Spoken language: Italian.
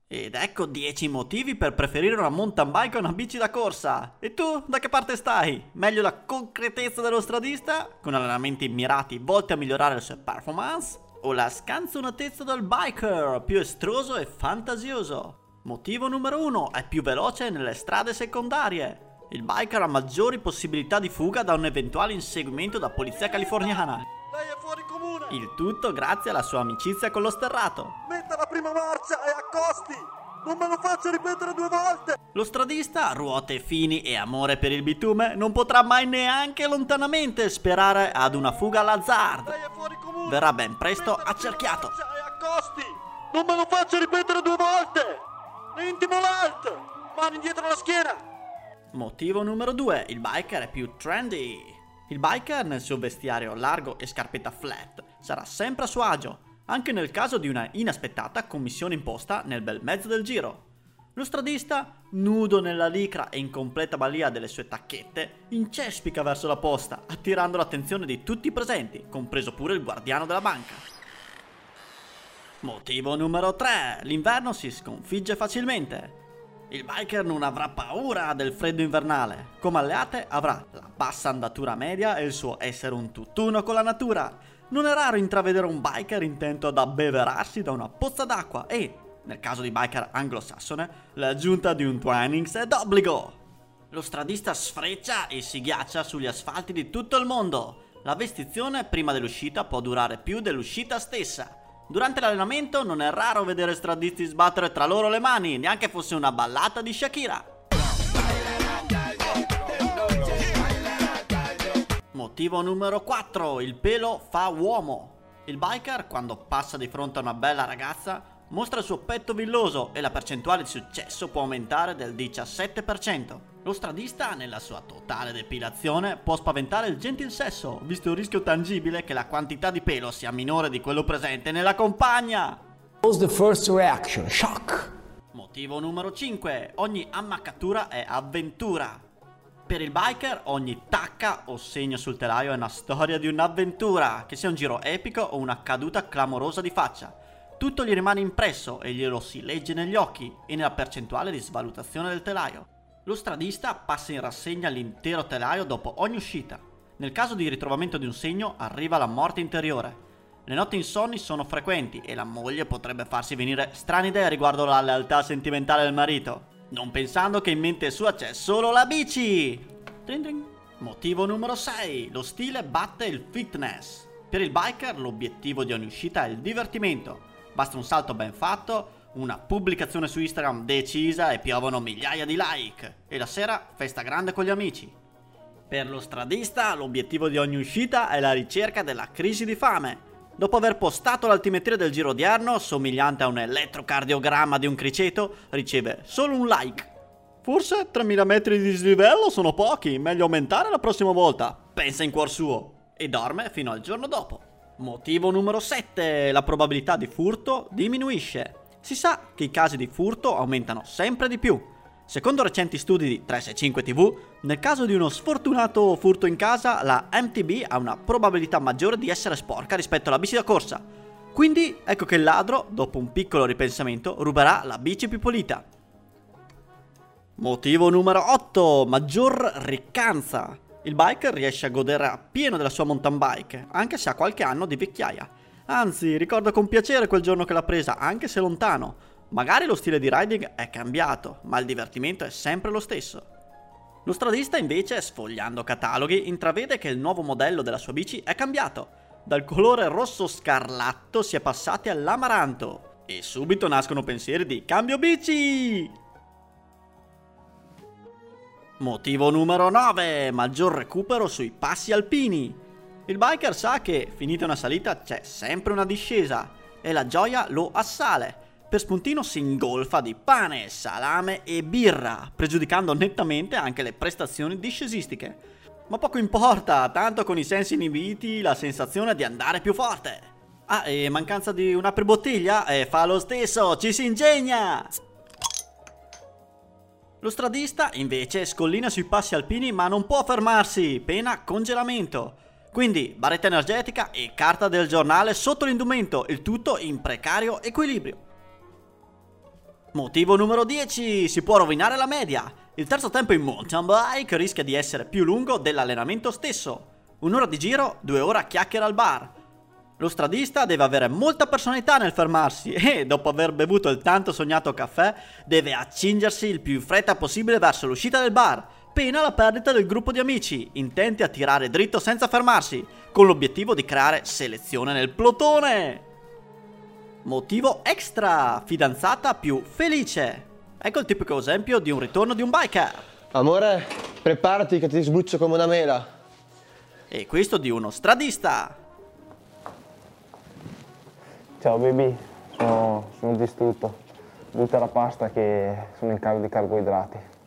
Ed ecco 10 motivi per preferire una mountain bike a una bici da corsa. E tu, da che parte stai? Meglio la concretezza dello stradista, con allenamenti mirati volti a migliorare le sue performance? O la scanzonatezza del biker, più estroso e fantasioso? Motivo numero 1, è più veloce nelle strade secondarie. Il biker ha maggiori possibilità di fuga da un eventuale inseguimento da polizia californiana. Lei è fuori comune! Il tutto grazie alla sua amicizia con lo sterrato. Metta la prima marcia e accosti! Non me lo faccia ripetere 2 volte! Lo stradista, ruote fini e amore per il bitume, non potrà mai neanche lontanamente sperare ad una fuga all'azzardo. Lei è fuori comune! Verrà ben presto Metta la prima accerchiato. marcia e accosti! Non me lo faccia ripetere 2 volte! Intimo l'alt! Mani dietro la schiena! Motivo numero 2, il biker è più trendy. Il biker nel suo vestiario largo e scarpetta flat sarà sempre a suo agio, anche nel caso di una inaspettata commissione imposta nel bel mezzo del giro. Lo stradista, nudo nella licra e in completa balia delle sue tacchette, incespica verso la posta, attirando l'attenzione di tutti i presenti, compreso pure il guardiano della banca. Motivo numero 3, l'inverno si sconfigge facilmente. Il biker non avrà paura del freddo invernale, come alleate avrà la bassa andatura media e il suo essere un tutt'uno con la natura. Non è raro intravedere un biker intento ad abbeverarsi da una pozza d'acqua e, nel caso di biker anglosassone, l'aggiunta di un Twinings è d'obbligo. Lo stradista sfreccia e si ghiaccia sugli asfalti di tutto il mondo. La vestizione prima dell'uscita può durare più dell'uscita stessa. Durante l'allenamento non è raro vedere stradisti sbattere tra loro le mani, neanche fosse una ballata di Shakira. Motivo numero 4, il pelo fa uomo. Il biker, quando passa di fronte a una bella ragazza, mostra il suo petto villoso e la percentuale di successo può aumentare del 17%. Lo stradista, nella sua totale depilazione, può spaventare il gentil sesso, visto il rischio tangibile che la quantità di pelo sia minore di quello presente nella compagna. What's the first reaction? Shock. Motivo numero 5, ogni ammaccatura è avventura. Per il biker ogni tacca o segno sul telaio è una storia di un'avventura, che sia un giro epico o una caduta clamorosa di faccia. Tutto gli rimane impresso e glielo si legge negli occhi e nella percentuale di svalutazione del telaio. Lo stradista passa in rassegna l'intero telaio dopo ogni uscita. Nel caso di ritrovamento di un segno arriva la morte interiore. Le notti insonni sono frequenti e la moglie potrebbe farsi venire strane idee riguardo la lealtà sentimentale del marito, non pensando che in mente sua c'è solo la bici. Dring dring. Motivo numero 6, lo stile batte il fitness. Per il biker l'obiettivo di ogni uscita è il divertimento. Basta un salto ben fatto, una pubblicazione su Instagram decisa e piovono migliaia di like. E la sera festa grande con gli amici. Per lo stradista l'obiettivo di ogni uscita è la ricerca della crisi di fame. Dopo aver postato l'altimetria del giro odierno, somigliante a un elettrocardiogramma di un criceto, riceve solo un like. Forse 3000 metri di dislivello sono pochi, meglio aumentare la prossima volta, pensa in cuor suo. E dorme fino al giorno dopo. Motivo numero 7, la probabilità di furto diminuisce. Si sa che i casi di furto aumentano sempre di più. Secondo recenti studi di 365 TV, nel caso di uno sfortunato furto in casa, la MTB ha una probabilità maggiore di essere sporca rispetto alla bici da corsa. Quindi ecco che il ladro, dopo un piccolo ripensamento, ruberà la bici più pulita. Motivo numero 8, maggior riccanza. Il biker riesce a godere appieno della sua mountain bike, anche se ha qualche anno di vecchiaia. Anzi, ricordo con piacere quel giorno che l'ha presa, anche se lontano. Magari lo stile di riding è cambiato, ma il divertimento è sempre lo stesso. Lo stradista invece, sfogliando cataloghi, intravede che il nuovo modello della sua bici è cambiato. Dal colore rosso scarlatto si è passati all'amaranto. E subito nascono pensieri di cambio bici! Motivo numero 9, maggior recupero sui passi alpini. Il biker sa che, finita una salita, c'è sempre una discesa e la gioia lo assale. Per spuntino si ingolfa di pane, salame e birra, pregiudicando nettamente anche le prestazioni discesistiche. Ma poco importa, tanto con i sensi inibiti la sensazione di andare più forte. Ah, e mancanza di un'apribottiglia? Fa lo stesso, ci si ingegna! Lo stradista invece scollina sui passi alpini ma non può fermarsi, pena congelamento. Quindi barretta energetica e carta del giornale sotto l'indumento, il tutto in precario equilibrio. Motivo numero 10, si può rovinare la media. Il terzo tempo in mountain bike rischia di essere più lungo dell'allenamento stesso. Un'ora di giro, 2 ore a chiacchiere al bar. Lo stradista deve avere molta personalità nel fermarsi e, dopo aver bevuto il tanto sognato caffè, deve accingersi il più in fretta possibile verso l'uscita del bar, pena la perdita del gruppo di amici, intenti a tirare dritto senza fermarsi, con l'obiettivo di creare selezione nel plotone. Motivo extra, fidanzata più felice. Ecco il tipico esempio di un ritorno di un biker. Amore, preparati che ti sbuccio come una mela. E questo di uno stradista. Ciao baby, sono distrutto. Butta la pasta che sono in calo di carboidrati.